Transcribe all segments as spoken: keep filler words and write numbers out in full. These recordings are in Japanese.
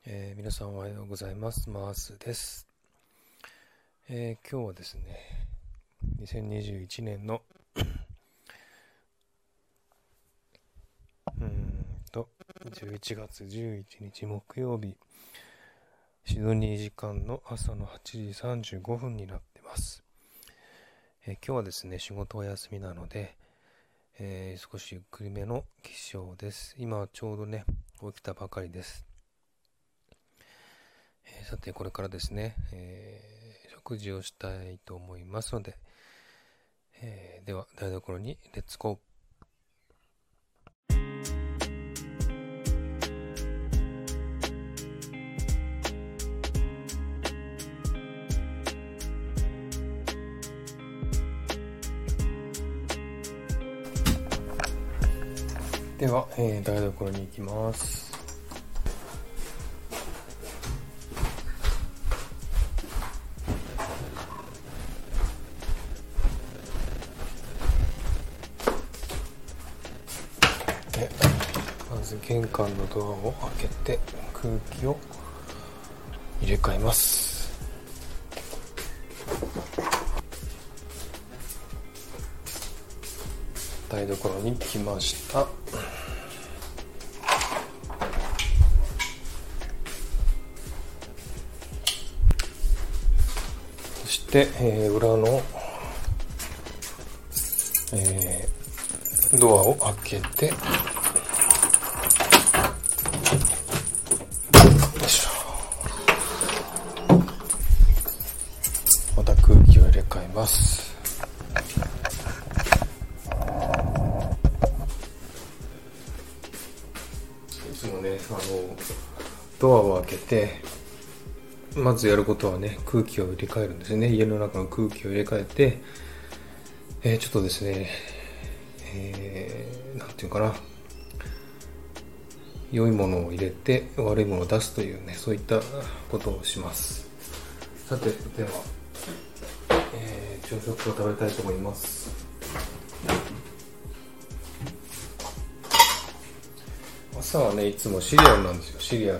えー皆さんおはようございます。マースです。えー今日はですね、にせんにじゅういちねんのうーんとじゅういちがつじゅういちにち木曜日、シドニー時間の朝のはちじさんじゅうごふんになってます。えー今日はですね、仕事は休みなので、えー少しゆっくりめの起床です。今ちょうどね、起きたばかりです。えーさて、これからですね、えー食事をしたいと思いますので、えーでは台所にレッツゴー。では、えー台所に行きます。でまず玄関のドアを開けて空気を入れ替えます。台所に来ました。そして、えー裏の、えードアを開けて、よいしょ、また空気を入れ替えます。いつもね、あのドアを開けてまずやることはね、空気を入れ替えるんですね。家の中の空気を入れ替えて、えー、ちょっとですね、えー、なんていうかな、良いものを入れて悪いものを出すというね、そういったことをします。さて、では、えー、朝食を食べたいと思います。朝はね、いつもシリアルなんですよ。シリアル。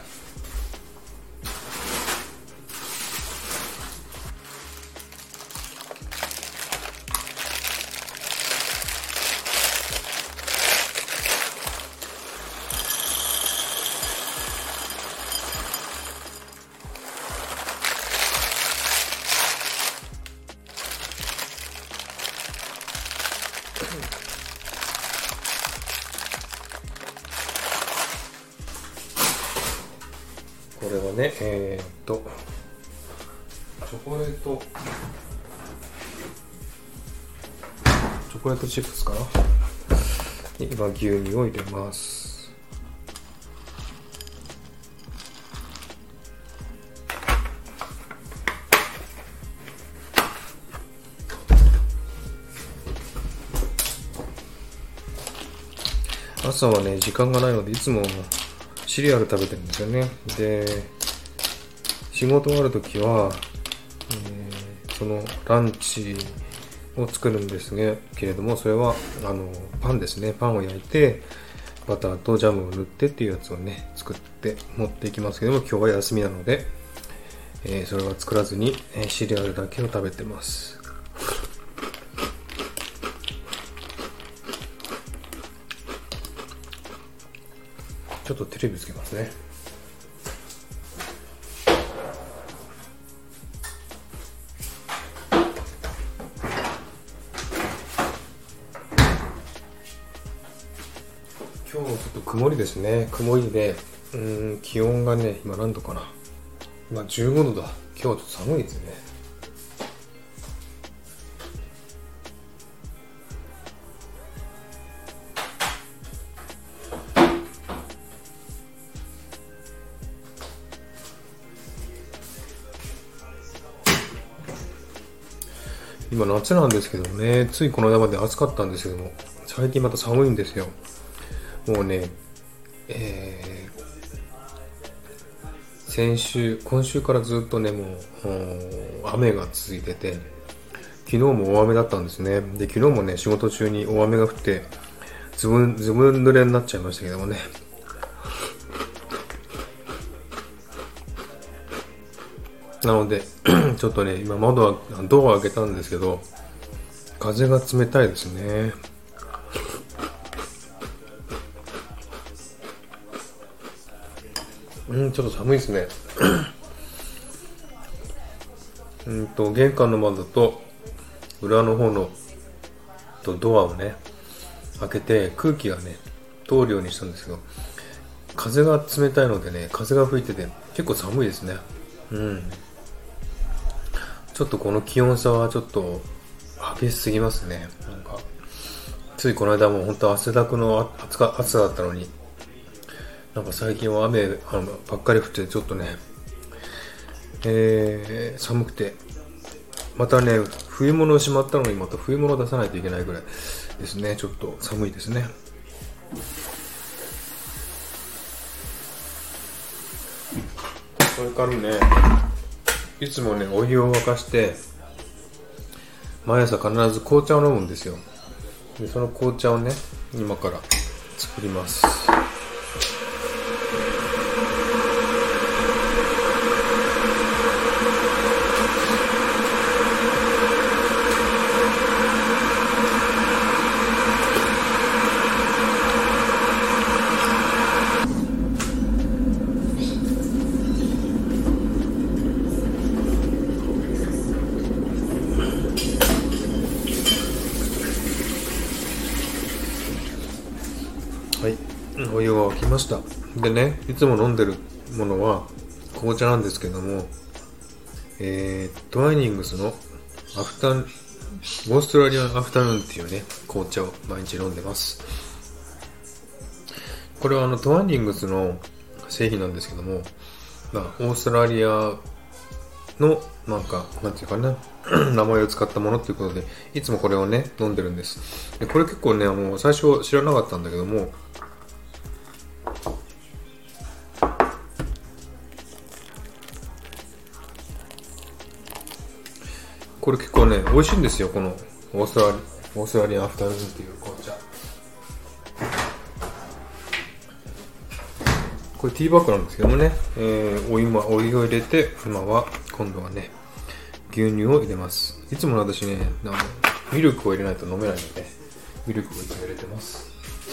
これはね、えー、っとチョコレートチョコレートチップスかなに今牛乳を入れます。朝はね、時間がないのでいつもシリアル食べてるんですよね。で、仕事があるときは、えー、そのランチを作るんですけれども、それはあのパンですね。パンを焼いてバターとジャムを塗ってっていうやつをね、作って持っていきますけども、今日は休みなので、えー、それは作らずに、えー、シリアルだけを食べてます。ちょっとテレビつけますね。今日もちょっと曇りですね。曇りで、うーん、気温がね、今何度かな。今じゅうごどだ。今日はちょっと寒いですね。今夏なんですけどね、ついこの間まで暑かったんですけども、最近また寒いんですよ。もうね、えー、先週、今週からずっとね、もう雨が続いてて、昨日も大雨だったんですね。で、昨日もね、仕事中に大雨が降って、ずぶ、ずぶ濡れになっちゃいましたけどもね。 なのでちょっとね今窓はドアを開けたんですけど、風が冷たいですね。うんちょっと寒いですねうんと玄関の窓と裏の方のとドアをね開けて空気がね通るようにしたんですけど、風が冷たいのでね、風が吹いてて結構寒いですね。うんちょっとこの気温差はちょっと激しすぎますね。なんかついこの間も本当汗だくの暑か暑さだったのに、なんか最近は雨あのばっかり降ってちょっとね、えー、寒くて、またね冬物をしまったのにまた冬物を出さないといけないぐらいですね。ちょっと寒いですね。それからね、いつもねお湯を沸かして毎朝必ず紅茶を飲むんですよ。でその紅茶をね今から作ります。はい、お湯が沸きました。でね、いつも飲んでるものは紅茶なんですけども、えー、トワイニングスのアフタンオーストラリアンアフタヌーンっていうね紅茶を毎日飲んでます。これはあのトワイニングスの製品なんですけども、まあ、オーストラリアのなんかなんていうかな名前を使ったものということで、いつもこれをね飲んでるんです。でこれ結構ね、もう最初知らなかったんだけども、これ結構ね美味しいんですよ。このオーストラリオーストラリアンアフタヌーンっていう紅茶、これティーバッグなんですけどもね、えー、お湯もお湯を入れて、今は今度はね牛乳を入れます。いつも私ねあのミルクを入れないと飲めないのでミルクをいつも入れてます。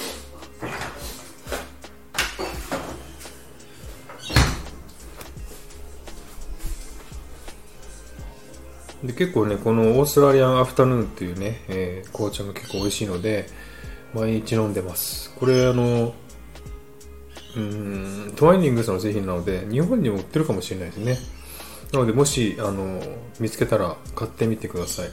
で結構ねこのオーストラリアンアフタヌーンっていうね、えー、紅茶が結構美味しいので毎日飲んでます。これあのうーんトワイニングスの製品なので日本にも売ってるかもしれないですね。なのでもしあの見つけたら買ってみてください。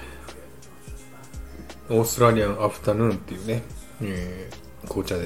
オーストラリアンアフタヌーンっていうね、えー、紅茶です。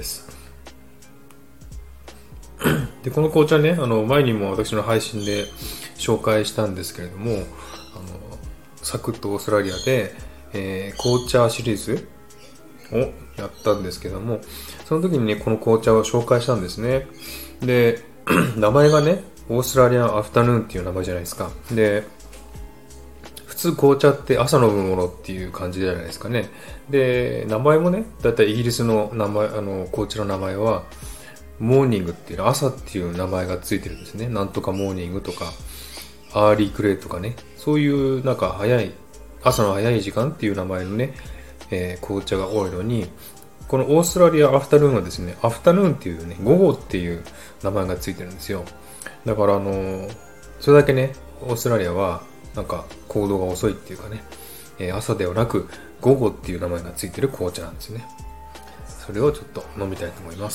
でこの紅茶ね、あの前にも私の配信で紹介したんですけれども、あのサクッとオーストラリアで、えー、紅茶シリーズをやったんですけども、その時にねこの紅茶を紹介したんですね。で名前がねオーストラリアンアフタヌーンっていう名前じゃないですか。で普通紅茶って朝飲むものっていう感じじゃないですかね。で名前もね、だいたいイギリスの名前、あの紅茶の名前はモーニングっていう朝っていう名前がついてるんですね。なんとかモーニングとかアーリークレイとかね、そういうなんか早い朝の早い時間っていう名前のね、えー、紅茶が多いのに、このオーストラリアアフタヌーンはですね、アフタヌーンっていうね、午後っていう名前がついてるんですよ。だからあのー、それだけね、オーストラリアはなんか行動が遅いっていうかね、えー、朝ではなく午後っていう名前がついてる紅茶なんですね。それをちょっと飲みたいと思います。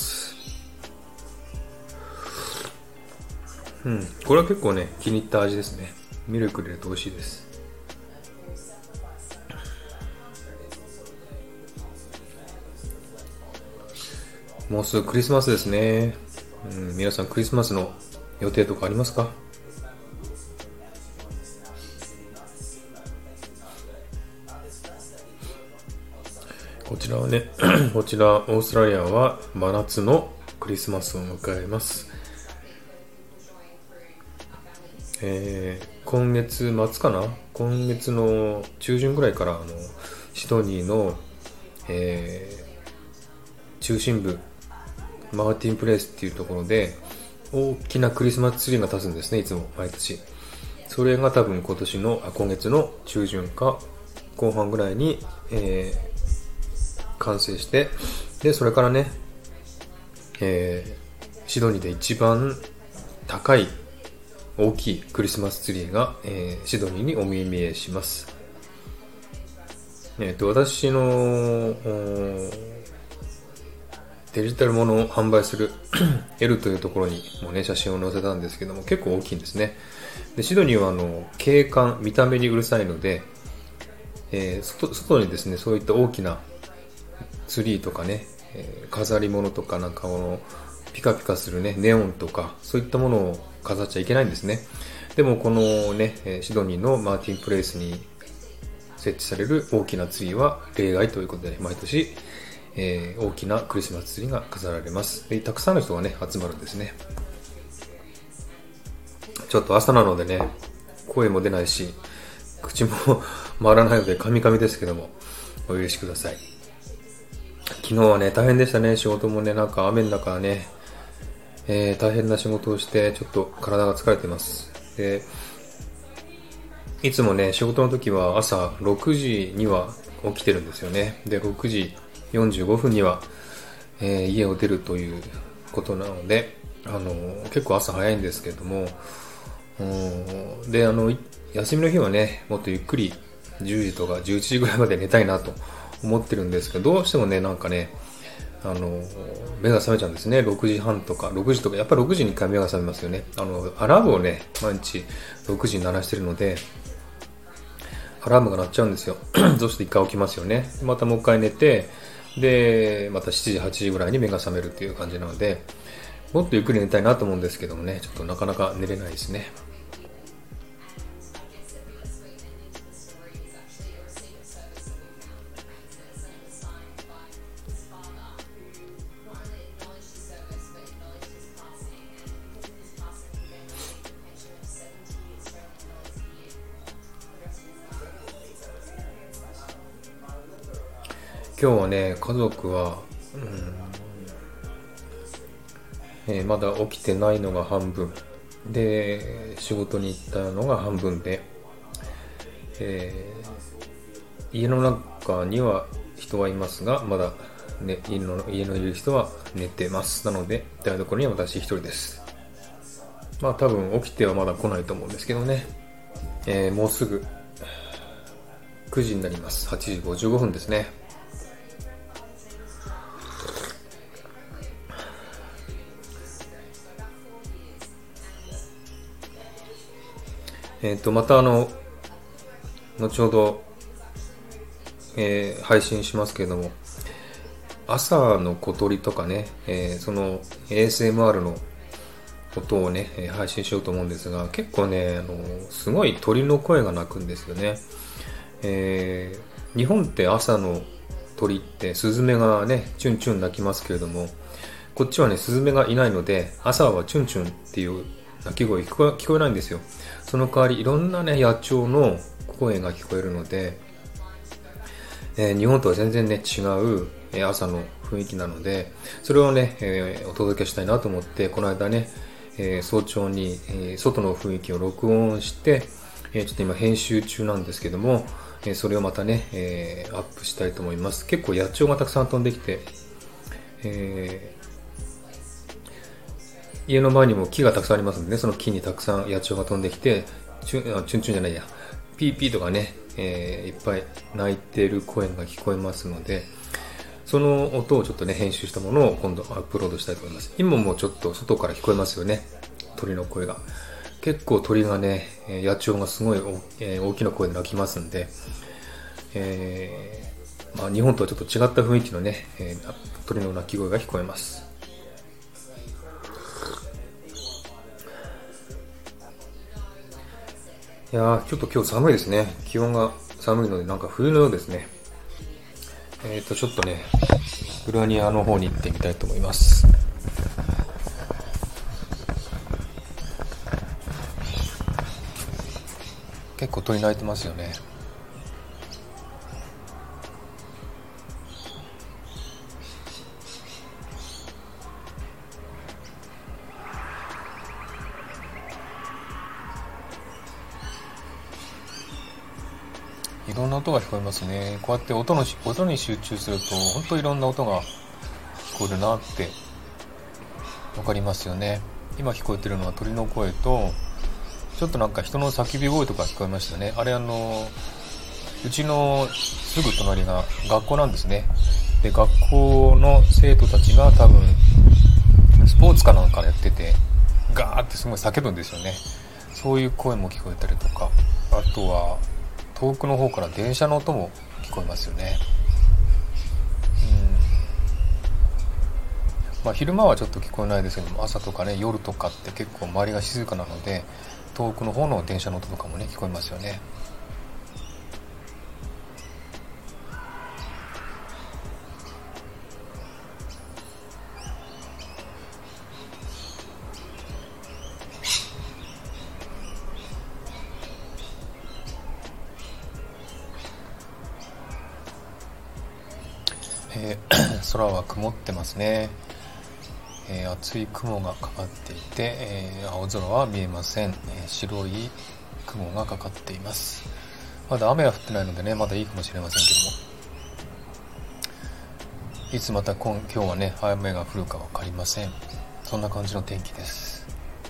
うん、これは結構ね気に入った味ですね。ミルク入れると美味しいです。もうすぐクリスマスですね。うん、皆さんクリスマスの予定とかありますか？こちらはねこちらオーストラリアは真夏のクリスマスを迎えます。えー、今月末かな、今月の中旬ぐらいからあのシドニーの、えー、中心部マーティンプレイスっていうところで大きなクリスマスツリーが立つんですね。いつも毎年それが多分今年の、あ、今月の中旬か後半ぐらいに、えー、完成して、で、それからね、えー、シドニーで一番高い大きいクリスマスツリーが、えー、シドニーにお目見えします。えっと、私のデジタルものを販売するL というところにもね、写真を載せたんですけども、結構大きいんですね。で、シドニーはあの景観、見た目にうるさいので、えー、外, 外にですね、そういった大きなツリーとかね、えー、飾り物とかなんかこのピカピカするね、ネオンとかそういったものを飾っちゃいけないんですね。でもこのね、シドニーのマーティンプレイスに設置される大きなツリーは例外ということで、毎年、えー、大きなクリスマスツリーが飾られます。で、たくさんの人がね、集まるんですね。ちょっと朝なのでね、声も出ないし、口も回らないのでカミカミですけども、お許しください。昨日はね、大変でしたね。仕事もね、なんか雨の中ね、えー、大変な仕事をして、ちょっと体が疲れています。で、いつもね、仕事の時は朝ろくじには起きてるんですよね。で、ろくじよんじゅうごふんには、えー、家を出るということなので、あのー、結構朝早いんですけれども、で、あの、休みの日はね、もっとゆっくりじゅうじとかじゅういちじぐらいまで寝たいなと思ってるんですけど、どうしてもね、なんかね、あの、目が覚めちゃうんですね。ろくじはんとか、ろくじとか、やっぱりろくじにいっかい目が覚めますよね。あの、アラームをね、毎日ろくじに鳴らしてるので、アラームが鳴っちゃうんですよ。そうしていっかい起きますよね。またもう一回寝て、で、またしちじ、はちじぐらいに目が覚めるっていう感じなので、もっとゆっくり寝たいなと思うんですけどもね、ちょっとなかなか寝れないですね。今日はね、家族は、うんえー、まだ起きてないのが半分で、仕事に行ったのが半分で、えー、家の中には人はいますが、まだ、ね、家の家のいる人は寝てます。なので、台所には私一人です。まあ多分起きてはまだ来ないと思うんですけどね、えー、もうすぐくじになります。はちじごじゅうごふんですね。えっと、またあの、後ほど、えー、配信しますけれども、朝の小鳥とかね、えー、その エーエスエムアール の音をね、配信しようと思うんですが、結構ね、あの、すごい鳥の声が鳴くんですよね。えー、日本って朝の鳥ってスズメがね、チュンチュン鳴きますけれども、こっちはね、スズメがいないので、朝はチュンチュンっていう鳴き声聞こえ、聞こえないんですよ。その代わりいろんなね、野鳥の声が聞こえるので、えー、日本とは全然ね、違う、えー、朝の雰囲気なので、それをね、えー、お届けしたいなと思って、この間ね、えー、早朝に、えー、外の雰囲気を録音して、えー、ちょっと今編集中なんですけども、えー、それをまたね、えー、アップしたいと思います。結構野鳥がたくさん飛んできて、えー家の前にも木がたくさんありますのでね、その木にたくさん野鳥が飛んできて、チュン、チュンチュンじゃないや、ピーピーとかね、えー、いっぱい鳴いている声が聞こえますので、その音をちょっとね、編集したものを今度アップロードしたいと思います。今もちょっと外から聞こえますよね、鳥の声が。結構鳥がね、野鳥がすごい大きな声で鳴きますんで、えーまあ、日本とはちょっと違った雰囲気のね、えー、鳥の鳴き声が聞こえます。いやー、ちょっと今日寒いですね。気温が寒いのでなんか冬のようですね。えーとちょっとね、グラニアの方に行ってみたいと思います。結構鳥鳴いてますよね。 いろんな音が聞こえますね。こうやって音の音に集中すると本当いろんな音が聞こえるなってわかりますよね。今聞こえてるのは鳥の声と、ちょっとなんか人の叫び声とか聞こえましたね。あれあのうちのすぐ隣が学校なんですね。で、学校の生徒たちが多分スポーツかなんかやっててガーってすごい叫ぶんですよね。そういう声も聞こえたりとか、あとは遠くの方から電車の音も聞こえますよね。うん、まあ昼間はちょっと聞こえないですけども、朝とかね、夜とかって結構周りが静かなので、遠くの方の電車の音とかもね聞こえますよね。えー、空は曇ってますね。えー、厚い雲がかかっていて、えー、青空は見えません。えー、白い雲がかかっています。まだ雨は降ってないのでね、まだいいかもしれませんけども、いつまた今今日はね雨が降るか分かりません。そんな感じの天気です。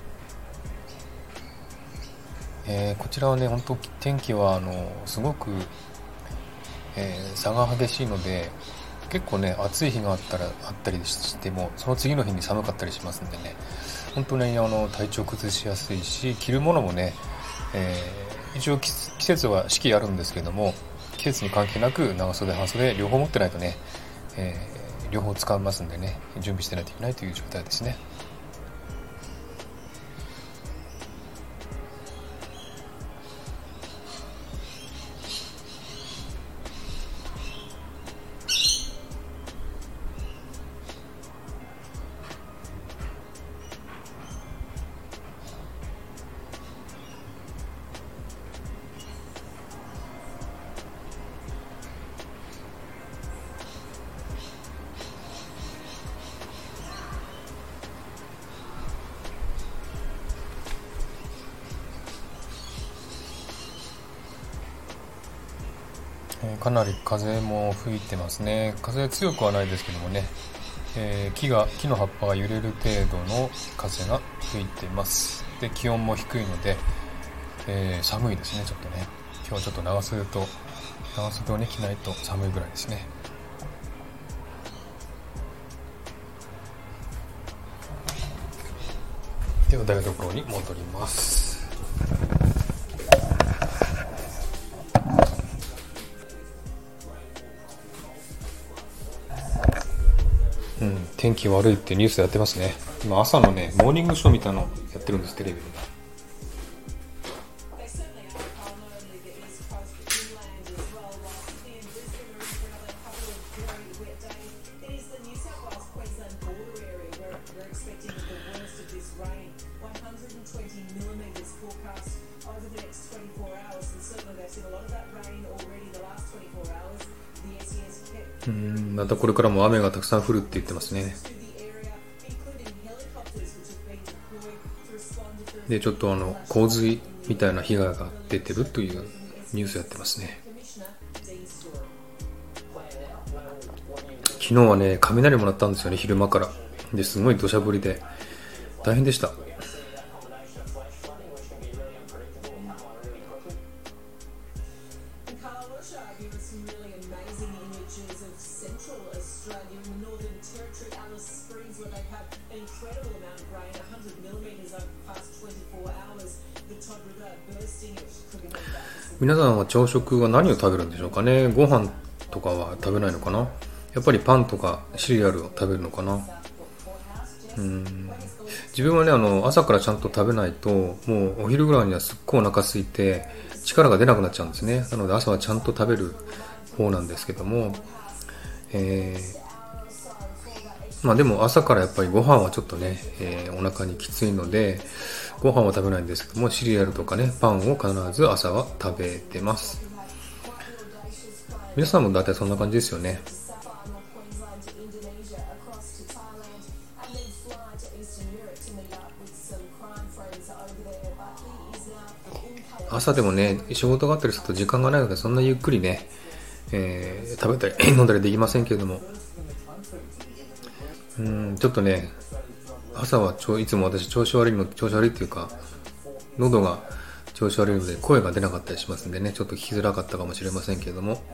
えー、こちらはね本当天気はあのすごく、えー、差が激しいので、結構ね暑い日があったらあったりしても、その次の日に寒かったりしますんでね、本当にあの体調崩しやすいし、着るものもね、えー、一応季節は四季あるんですけども、季節に関係なく長袖半袖両方持ってないとね、えー、両方使いますんでね、準備してないといけないという状態ですね。かなり風も吹いてますね。風強くはないですけどもね、えー、木が木の葉っぱが揺れる程度の風が吹いてます。で、気温も低いので、えー、寒いですね。ちょっとね、今日はちょっと長袖と長袖をね着ないと寒いぐらいですね。では台所に戻ります。うん、天気悪いってニュースやってますね。今朝のねモーニングショーみたいなのやってるんです、テレビで。うん、またこれからも雨がたくさん降るって言ってますね。で、ちょっとあの洪水みたいな被害が出てるというニュースやってますね。昨日はね雷もらったんですよね、昼間から。ですごい土砂降りで大変でした。皆さんは朝食は何を食べるんでしょうかね。ご飯とかは食べないのかな。やっぱりパンとかシリアルを食べるのかな。うーん、自分はねあの朝からちゃんと食べないと、もうお昼ぐらいにはすっごいお腹空いて力が出なくなっちゃうんですね。なので朝はちゃんと食べる方なんですけども、えー、まあでも朝からやっぱりご飯はちょっとね、えー、お腹にきついのでご飯は食べないんですけども、シリアルとかねパンを必ず朝は食べてます。皆さんも大体そんな感じですよね。 朝でもね、仕事があったりすると時間がないので、そんなゆっくりね、えー、食べたり飲んだりできませんけれども、うーんちょっとね、朝はちょいつも私調子悪いの調子悪いっていうか、喉が調子悪いので声が出なかったりしますんでね、ちょっと聞きづらかったかもしれませんけれども、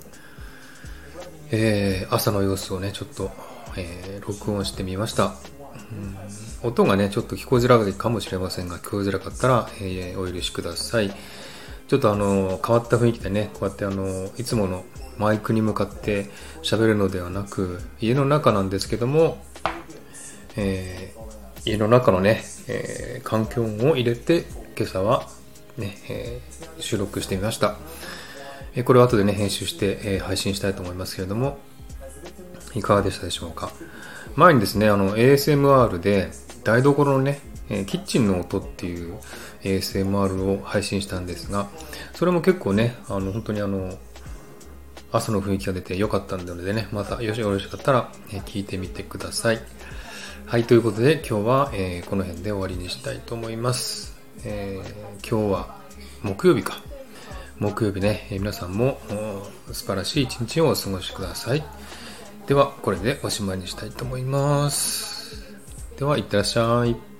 えー、朝の様子をねちょっと、えー、録音してみました。うん、音がねちょっと聞こえづらいかもしれませんが、聞こえづらかったら、えー、お許しください。ちょっとあの変わった雰囲気でね、こうやってあのいつものマイクに向かって喋るのではなく、家の中なんですけども、えー、家の中のね、えー、環境音を入れて今朝はね、えー、収録してみました。えー、これを後でね編集して、えー、配信したいと思いますけれども、いかがでしたでしょうか。前にですね、あの エーエスエムアール で台所のね、えー、キッチンの音っていう エーエスエムアール を配信したんですが、それも結構ね、あの本当にあの朝の雰囲気が出て良かったのでね、またよろしかったら、えー、聞いてみてください。はい、ということで今日は、えー、この辺で終わりにしたいと思います。えー、今日は木曜日か。木曜日ね、えー、皆さんも素晴らしい一日をお過ごしください。ではこれでおしまいにしたいと思います。では、いってらっしゃい。